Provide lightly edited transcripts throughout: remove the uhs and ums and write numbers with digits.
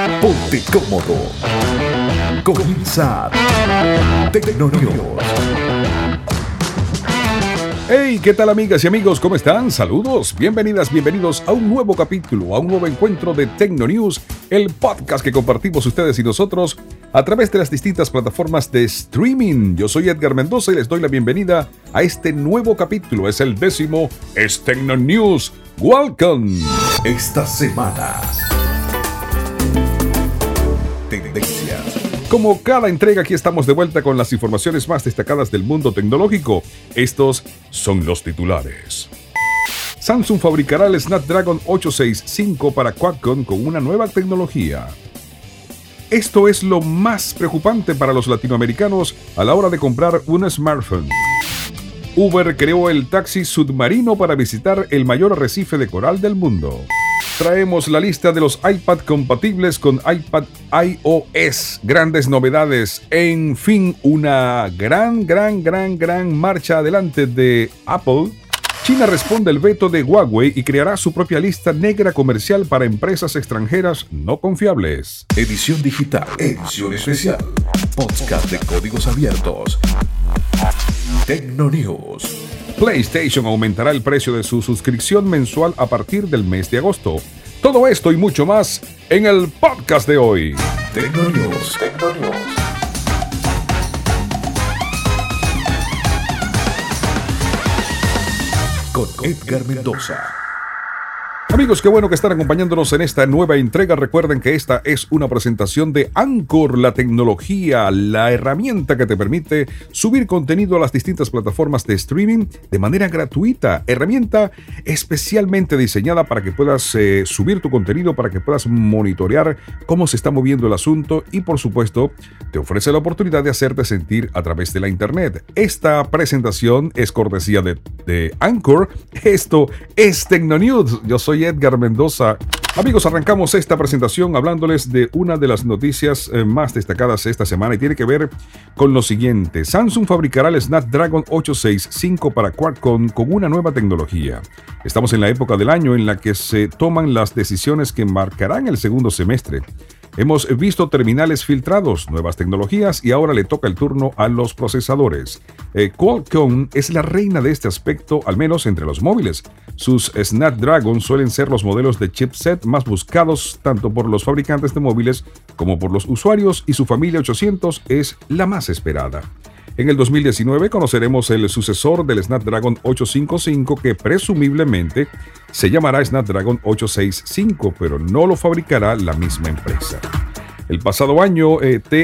Ponte cómodo. Comienza Tecnonews. Hey, ¿qué tal amigas y amigos? ¿Cómo están? Saludos, bienvenidos a un nuevo capítulo, a un nuevo encuentro de Tecnonews, el podcast que compartimos ustedes y nosotros a través de las distintas plataformas de streaming. Yo soy Edgar Mendoza y les doy la bienvenida a este nuevo capítulo. Es el 10º, es Tecnonews. Welcome. Esta semana, tendencias. Como cada entrega, aquí estamos de vuelta con las informaciones más destacadas del mundo tecnológico. Estos son los titulares. Samsung fabricará el Snapdragon 865 para Qualcomm con una nueva tecnología. Esto es lo más preocupante para los latinoamericanos a la hora de comprar un smartphone. Uber creó el taxi submarino para visitar el mayor arrecife de coral del mundo. Traemos la lista de los iPad compatibles con iPad iOS. Grandes novedades. En fin, una gran marcha adelante de Apple. China responde al veto de Huawei y creará su propia lista negra comercial para empresas extranjeras no confiables. Edición digital, edición especial, podcast de códigos abiertos. Tecnonews. PlayStation aumentará el precio de su suscripción mensual a partir del mes de agosto. Todo esto y mucho más en el podcast de hoy. Tecnonews. Con Edgar Mendoza. Amigos, qué bueno que están acompañándonos en esta nueva entrega. Recuerden que esta es una presentación de Anchor, la tecnología, la herramienta que te permite subir contenido a las distintas plataformas de streaming de manera gratuita. Herramienta especialmente diseñada para que puedas subir tu contenido, para que puedas monitorear cómo se está moviendo el asunto y, por supuesto, te ofrece la oportunidad de hacerte sentir a través de la internet. Esta presentación es cortesía de Anchor. Esto es Tecnonews. Yo soy Edgar Mendoza. Amigos, arrancamos esta presentación hablándoles de una de las noticias más destacadas esta semana y tiene que ver con lo siguiente. Samsung fabricará el Snapdragon 865 para Qualcomm con una nueva tecnología. Estamos en la época del año en la que se toman las decisiones que marcarán el segundo semestre. Hemos visto terminales filtrados, nuevas tecnologías y ahora le toca el turno a los procesadores. Qualcomm es la reina de este aspecto, al menos entre los móviles. Sus Snapdragon suelen ser los modelos de chipset más buscados tanto por los fabricantes de móviles como por los usuarios y su familia 800 es la más esperada. En el 2019 conoceremos el sucesor del Snapdragon 855 que presumiblemente se llamará Snapdragon 865, pero no lo fabricará la misma empresa. El pasado año,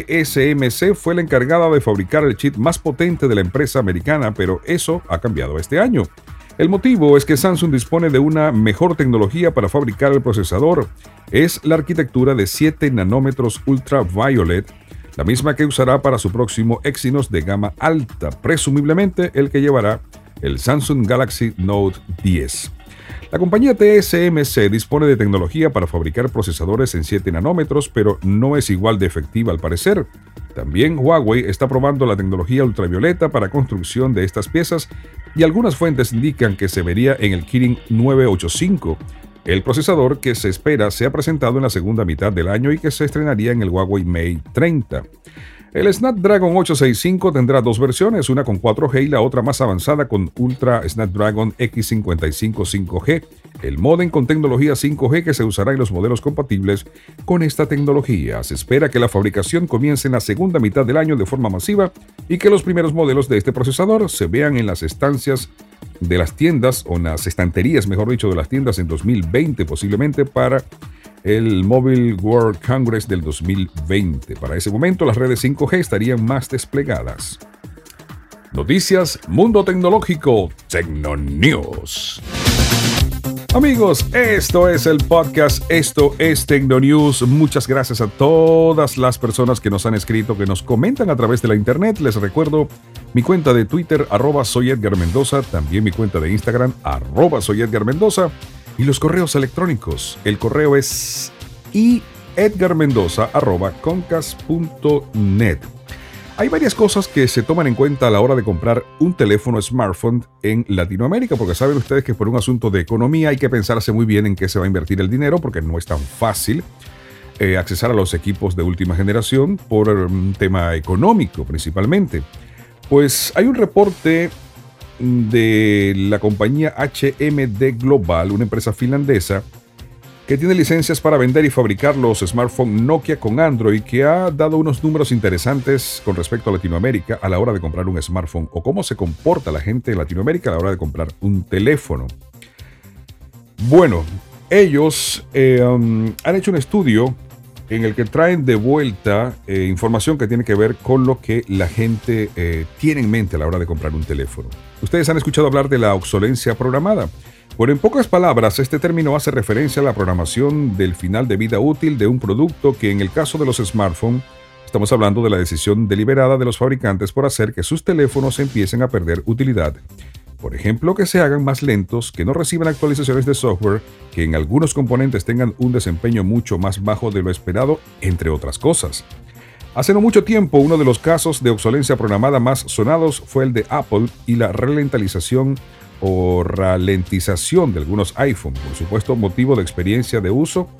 TSMC fue la encargada de fabricar el chip más potente de la empresa americana, pero eso ha cambiado este año. El motivo es que Samsung dispone de una mejor tecnología para fabricar el procesador. Es la arquitectura de 7 nanómetros ultraviolet, la misma que usará para su próximo Exynos de gama alta, presumiblemente el que llevará el Samsung Galaxy Note 10. La compañía TSMC dispone de tecnología para fabricar procesadores en 7 nanómetros, pero no es igual de efectiva al parecer. También Huawei está probando la tecnología ultravioleta para construcción de estas piezas y algunas fuentes indican que se vería en el Kirin 985, el procesador que se espera sea presentado en la segunda mitad del año y que se estrenaría en el Huawei Mate 30. El Snapdragon 865 tendrá dos versiones, una con 4G y la otra más avanzada con Ultra Snapdragon X55 5G, el módem con tecnología 5G que se usará en los modelos compatibles con esta tecnología. Se espera que la fabricación comience en la segunda mitad del año de forma masiva y que los primeros modelos de este procesador se vean en las estancias de las tiendas, o en las estanterías, mejor dicho, de las tiendas en 2020, posiblemente para el Mobile World Congress del 2020. Para ese momento, las redes 5G estarían más desplegadas. Noticias, mundo tecnológico, Tecnonews. Amigos, esto es el podcast, esto es Tecnonews. Muchas gracias a todas las personas que nos han escrito, que nos comentan a través de la internet. Les recuerdo mi cuenta de Twitter, @soy Edgar Mendoza, también mi cuenta de Instagram, @soy Edgar Mendoza, y los correos electrónicos. El correo es edgarmendoza@concast.net. Hay varias cosas que se toman en cuenta a la hora de comprar un teléfono smartphone en Latinoamérica, porque saben ustedes que por un asunto de economía hay que pensarse muy bien en qué se va a invertir el dinero, porque no es tan fácil. accesar a los equipos de última generación por un tema económico principalmente. Pues hay un reporte de la compañía HMD Global, una empresa finlandesa que tiene licencias para vender y fabricar los smartphones Nokia con Android, que ha dado unos números interesantes con respecto a Latinoamérica a la hora de comprar un smartphone, o cómo se comporta la gente en Latinoamérica a la hora de comprar un teléfono. Bueno, ellos han hecho un estudio en el que traen de vuelta información que tiene que ver con lo que la gente tiene en mente a la hora de comprar un teléfono. Ustedes han escuchado hablar de la obsolencia programada. Bueno, en pocas palabras, este término hace referencia a la programación del final de vida útil de un producto que, en el caso de los smartphones, estamos hablando de la decisión deliberada de los fabricantes por hacer que sus teléfonos empiecen a perder utilidad. Por ejemplo, que se hagan más lentos, que no reciban actualizaciones de software, que en algunos componentes tengan un desempeño mucho más bajo de lo esperado, entre otras cosas. Hace no mucho tiempo, uno de los casos de obsolencia programada más sonados fue el de Apple y la ralentización de algunos iPhone, por supuesto motivo de experiencia de uso,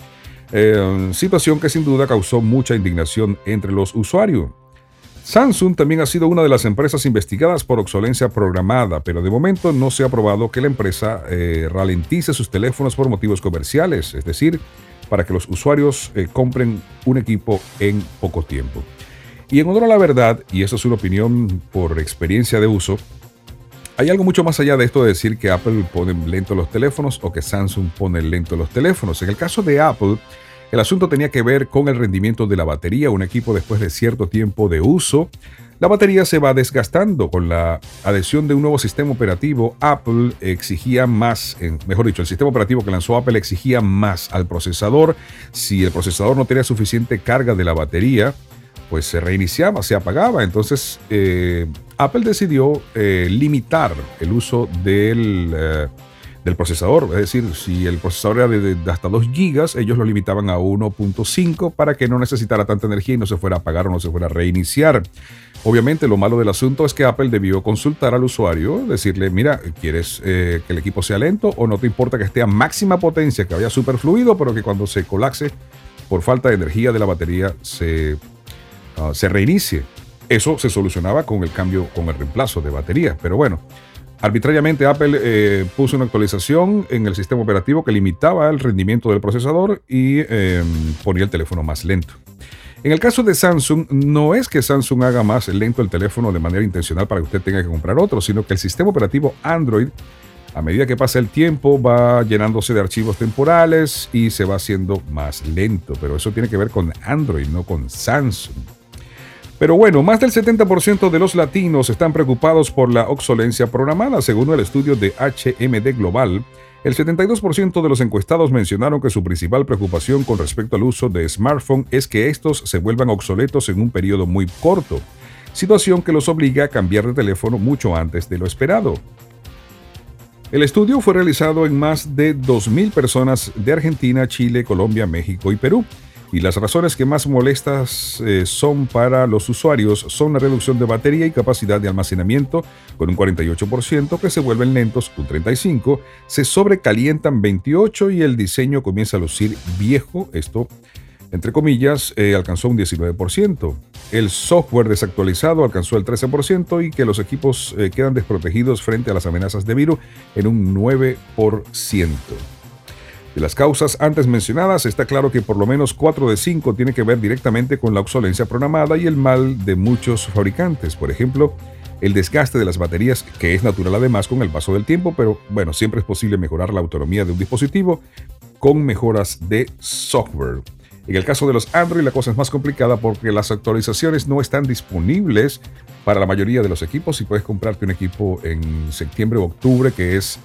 situación que sin duda causó mucha indignación entre los usuarios. Samsung también ha sido una de las empresas investigadas por obsolencia programada, pero de momento no se ha probado que la empresa ralentice sus teléfonos por motivos comerciales, es decir, para que los usuarios compren un equipo en poco tiempo. Y en honor a la verdad, y eso es una opinión por experiencia de uso, hay algo mucho más allá de esto de decir que Apple pone lento los teléfonos o que Samsung pone lento los teléfonos. En el caso de Apple, el asunto tenía que ver con el rendimiento de la batería. Un equipo, después de cierto tiempo de uso, la batería se va desgastando. Con la adhesión de un nuevo sistema operativo, Apple exigía más, mejor dicho, el sistema operativo que lanzó Apple exigía más al procesador. Si el procesador no tenía suficiente carga de la batería, pues se reiniciaba, se apagaba. Entonces Apple decidió limitar el uso del procesador. Es decir, si el procesador era de hasta 2 GB, ellos lo limitaban a 1.5 para que no necesitara tanta energía y no se fuera a apagar o no se fuera a reiniciar. Obviamente, lo malo del asunto es que Apple debió consultar al usuario, decirle, mira, ¿quieres que el equipo sea lento o no te importa que esté a máxima potencia, que vaya súper fluido, pero que cuando se colapse por falta de energía de la batería se reinicie? Eso se solucionaba con el cambio, con el reemplazo de batería. Pero bueno, arbitrariamente Apple puso una actualización en el sistema operativo que limitaba el rendimiento del procesador y ponía el teléfono más lento. En el caso de Samsung, no es que Samsung haga más lento el teléfono de manera intencional para que usted tenga que comprar otro, sino que el sistema operativo Android, a medida que pasa el tiempo, va llenándose de archivos temporales y se va haciendo más lento. Pero eso tiene que ver con Android, no con Samsung. Pero bueno, más del 70% de los latinos están preocupados por la obsolencia programada. Según el estudio de HMD Global, el 72% de los encuestados mencionaron que su principal preocupación con respecto al uso de smartphone es que estos se vuelvan obsoletos en un periodo muy corto, situación que los obliga a cambiar de teléfono mucho antes de lo esperado. El estudio fue realizado en más de 2.000 personas de Argentina, Chile, Colombia, México y Perú. Y las razones que más molestas son para los usuarios son la reducción de batería y capacidad de almacenamiento con un 48%, que se vuelven lentos un 35%, se sobrecalientan 28% y el diseño comienza a lucir viejo, esto entre comillas, alcanzó un 19%. El software desactualizado alcanzó el 13% y que los equipos quedan desprotegidos frente a las amenazas de virus en un 9%. De las causas antes mencionadas, está claro que por lo menos 4 de 5 tiene que ver directamente con la obsolencia programada y el mal de muchos fabricantes. Por ejemplo, el desgaste de las baterías, que es natural además con el paso del tiempo, pero bueno, siempre es posible mejorar la autonomía de un dispositivo con mejoras de software. En el caso de los Android, la cosa es más complicada porque las actualizaciones no están disponibles para la mayoría de los equipos y puedes comprarte un equipo en septiembre o octubre, que es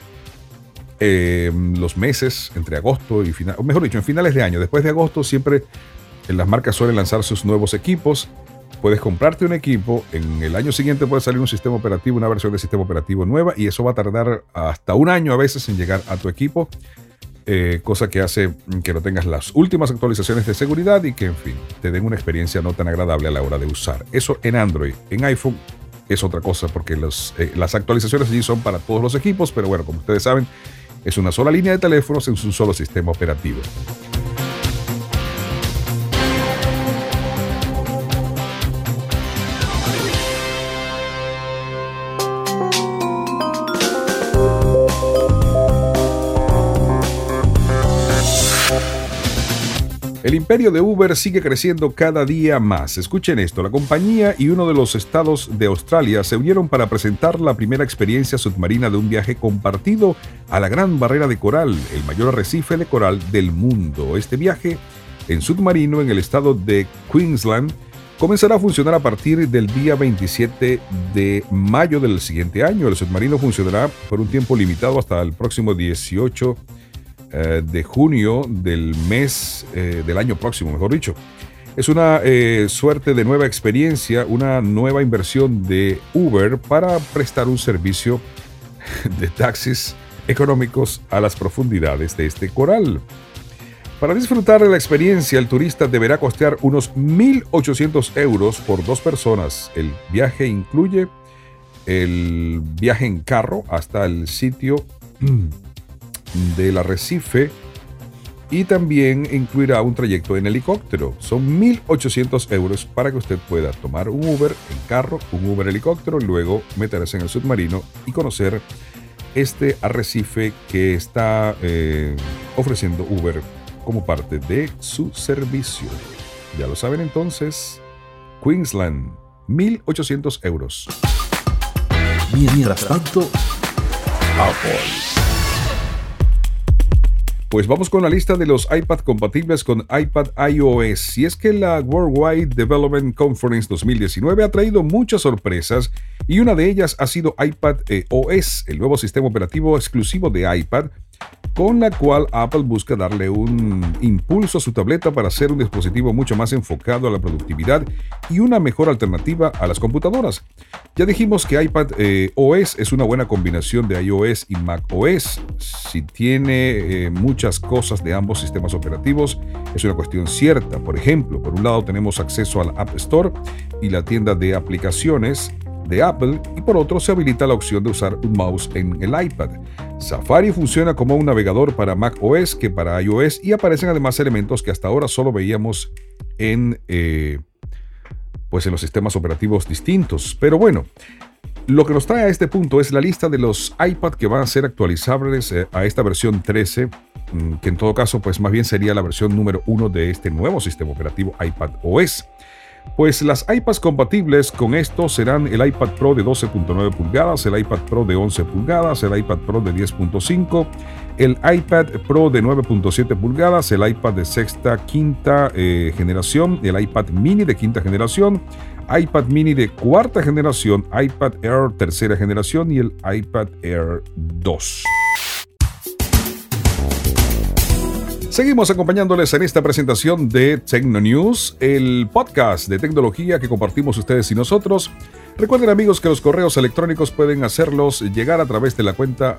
los meses entre agosto y final, o mejor dicho, en finales de año. Después de agosto siempre las marcas suelen lanzar sus nuevos equipos. Puedes comprarte un equipo, en el año siguiente puede salir un sistema operativo, una versión de sistema operativo nueva, y eso va a tardar hasta un año a veces en llegar a tu equipo, cosa que hace que no tengas las últimas actualizaciones de seguridad y que, en fin, te den una experiencia no tan agradable a la hora de usar. Eso en Android. En iPhone es otra cosa porque las actualizaciones allí son para todos los equipos, pero bueno, como ustedes saben, es una sola línea de teléfonos en un solo sistema operativo. El imperio de Uber sigue creciendo cada día más. Escuchen esto, la compañía y uno de los estados de Australia se unieron para presentar la primera experiencia submarina de un viaje compartido a la Gran Barrera de Coral, el mayor arrecife de coral del mundo. Este viaje en submarino en el estado de Queensland comenzará a funcionar a partir del día 27 de mayo del siguiente año. El submarino funcionará por un tiempo limitado hasta el próximo 18 de junio del mes del año próximo, mejor dicho. Es una suerte de nueva experiencia, una nueva inversión de Uber para prestar un servicio de taxis económicos a las profundidades de este coral. Para disfrutar de la experiencia, el turista deberá costear unos 1.800 euros por 2 personas. El viaje incluye el viaje en carro hasta el sitio del arrecife y también incluirá un trayecto en helicóptero. Son 1.800 euros para que usted pueda tomar un Uber en carro, un Uber helicóptero, luego meterse en el submarino y conocer este arrecife que está ofreciendo Uber como parte de su servicio. Ya lo saben entonces, Queensland, 1.800 euros. Mientras tanto, Apple. Pues vamos con la lista de los iPad compatibles con iPad iOS. Y es que la Worldwide Development Conference 2019 ha traído muchas sorpresas y una de ellas ha sido iPad OS, el nuevo sistema operativo exclusivo de iPad, con la cual Apple busca darle un impulso a su tableta para hacer un dispositivo mucho más enfocado a la productividad y una mejor alternativa a las computadoras. Ya dijimos que iPad OS es una buena combinación de iOS y macOS. Si tiene muchas cosas de ambos sistemas operativos, es una cuestión cierta. Por ejemplo, por un lado tenemos acceso al App Store y la tienda de aplicaciones de Apple, y por otro se habilita la opción de usar un mouse en el iPad. Safari funciona como un navegador para macOS que para iOS, y aparecen además elementos que hasta ahora solo veíamos en los sistemas operativos distintos. Pero bueno, lo que nos trae a este punto es la lista de los iPad que van a ser actualizables a esta versión 13, que en todo caso pues más bien sería la versión número 1 de este nuevo sistema operativo iPad OS. Pues las iPads compatibles con esto serán el iPad Pro de 12.9 pulgadas, el iPad Pro de 11 pulgadas, el iPad Pro de 10.5, el iPad Pro de 9.7 pulgadas, el iPad de quinta generación, el iPad mini de quinta generación, iPad mini de cuarta generación, iPad Air tercera generación y el iPad Air 2. Seguimos acompañándoles en esta presentación de Tecnonews, el podcast de tecnología que compartimos ustedes y nosotros. Recuerden, amigos, que los correos electrónicos pueden hacerlos llegar a través de la cuenta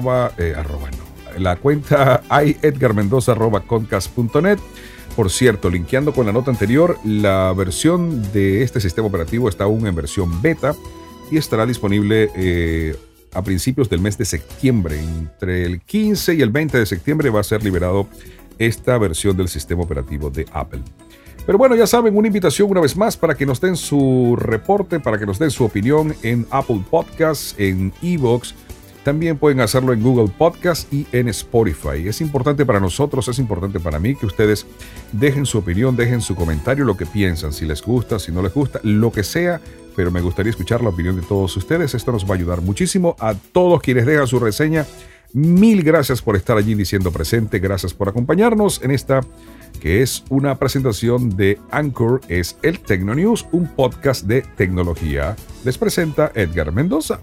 la cuenta iedgarmendoza@comcast.net. Por cierto, linkeando con la nota anterior, la versión de este sistema operativo está aún en versión beta y estará disponible a principios del mes de septiembre. Entre el 15 y el 20 de septiembre va a ser liberado esta versión del sistema operativo de Apple. Pero bueno, ya saben, una invitación una vez más para que nos den su reporte, para que nos den su opinión en Apple Podcasts, en iVoox. También pueden hacerlo en Google Podcasts y en Spotify. Es importante para nosotros, es importante para mí que ustedes dejen su opinión, dejen su comentario, lo que piensan, si les gusta, si no les gusta, lo que sea, pero me gustaría escuchar la opinión de todos ustedes. Esto nos va a ayudar muchísimo. A todos quienes dejan su reseña, mil gracias por estar allí diciendo presente, gracias por acompañarnos en esta que es una presentación de Anchor, es el Tecnonews, un podcast de tecnología. Les presenta Edgar Mendoza.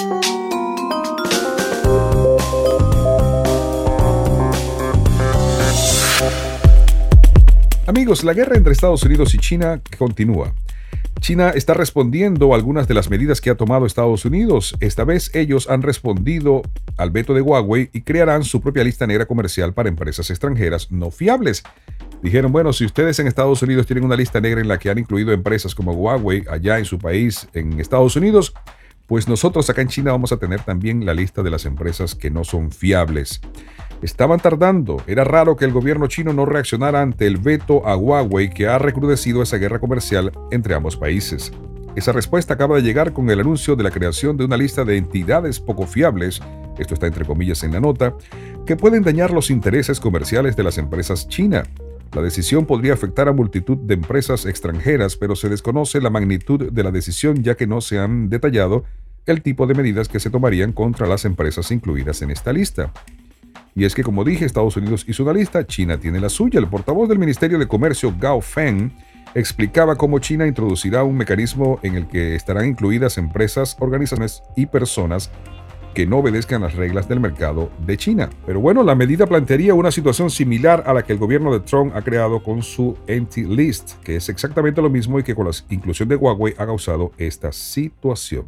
Amigos, la guerra entre Estados Unidos y China continúa. China está respondiendo a algunas de las medidas que ha tomado Estados Unidos. Esta vez ellos han respondido al veto de Huawei y crearán su propia lista negra comercial para empresas extranjeras no fiables. Dijeron, bueno, si ustedes en Estados Unidos tienen una lista negra en la que han incluido empresas como Huawei allá en su país, en Estados Unidos, pues nosotros acá en China vamos a tener también la lista de las empresas que no son fiables. Estaban tardando. Era raro que el gobierno chino no reaccionara ante el veto a Huawei que ha recrudecido esa guerra comercial entre ambos países. Esa respuesta acaba de llegar con el anuncio de la creación de una lista de entidades poco fiables, esto está entre comillas en la nota, que pueden dañar los intereses comerciales de las empresas chinas. La decisión podría afectar a multitud de empresas extranjeras, pero se desconoce la magnitud de la decisión ya que no se han detallado el tipo de medidas que se tomarían contra las empresas incluidas en esta lista. Y es que, como dije, Estados Unidos hizo una lista, China tiene la suya. El portavoz del Ministerio de Comercio, Gao Feng, explicaba cómo China introducirá un mecanismo en el que estarán incluidas empresas, organizaciones y personas que no obedezcan las reglas del mercado de China. Pero bueno, la medida plantearía una situación similar a la que el gobierno de Trump ha creado con su Entity List, que es exactamente lo mismo y que con la inclusión de Huawei ha causado esta situación.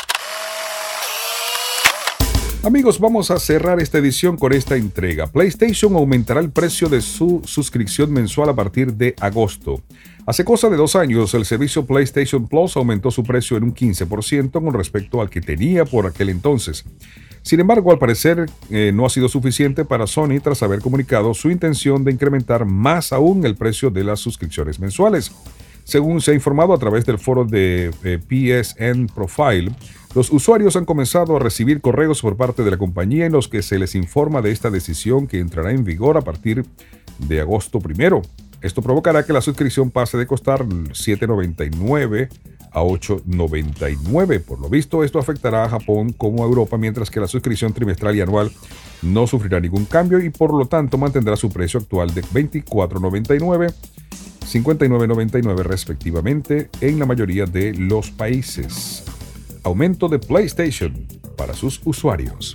Amigos, vamos a cerrar esta edición con esta entrega. PlayStation aumentará el precio de su suscripción mensual a partir de agosto. Hace cosa de 2 años, el servicio PlayStation Plus aumentó su precio en un 15% con respecto al que tenía por aquel entonces. Sin embargo, al parecer no ha sido suficiente para Sony tras haber comunicado su intención de incrementar más aún el precio de las suscripciones mensuales. Según se ha informado a través del foro de PSN Profile, los usuarios han comenzado a recibir correos por parte de la compañía en los que se les informa de esta decisión que entrará en vigor a partir de agosto 1. Esto provocará que la suscripción pase de costar $7.99 a $8.99. Por lo visto, esto afectará a Japón como a Europa, mientras que la suscripción trimestral y anual no sufrirá ningún cambio y por lo tanto mantendrá su precio actual de $24.99, $59.99 respectivamente en la mayoría de los países. Aumento de PlayStation para sus usuarios.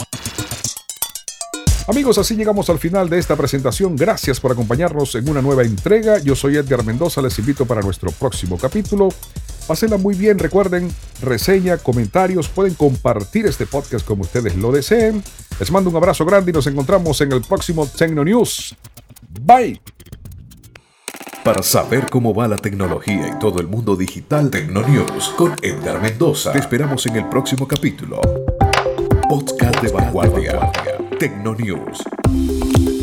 Amigos, así llegamos al final de esta presentación. Gracias por acompañarnos en una nueva entrega. Yo soy Edgar Mendoza, les invito para nuestro próximo capítulo. Pásenla muy bien, recuerden, reseña, comentarios, pueden compartir este podcast como ustedes lo deseen. Les mando un abrazo grande y nos encontramos en el próximo Tecnonews. Bye. Para saber cómo va la tecnología y todo el mundo digital, Tecnonews con Edgar Mendoza. Te esperamos en el próximo capítulo. Podcast de vanguardia. Tecnonews.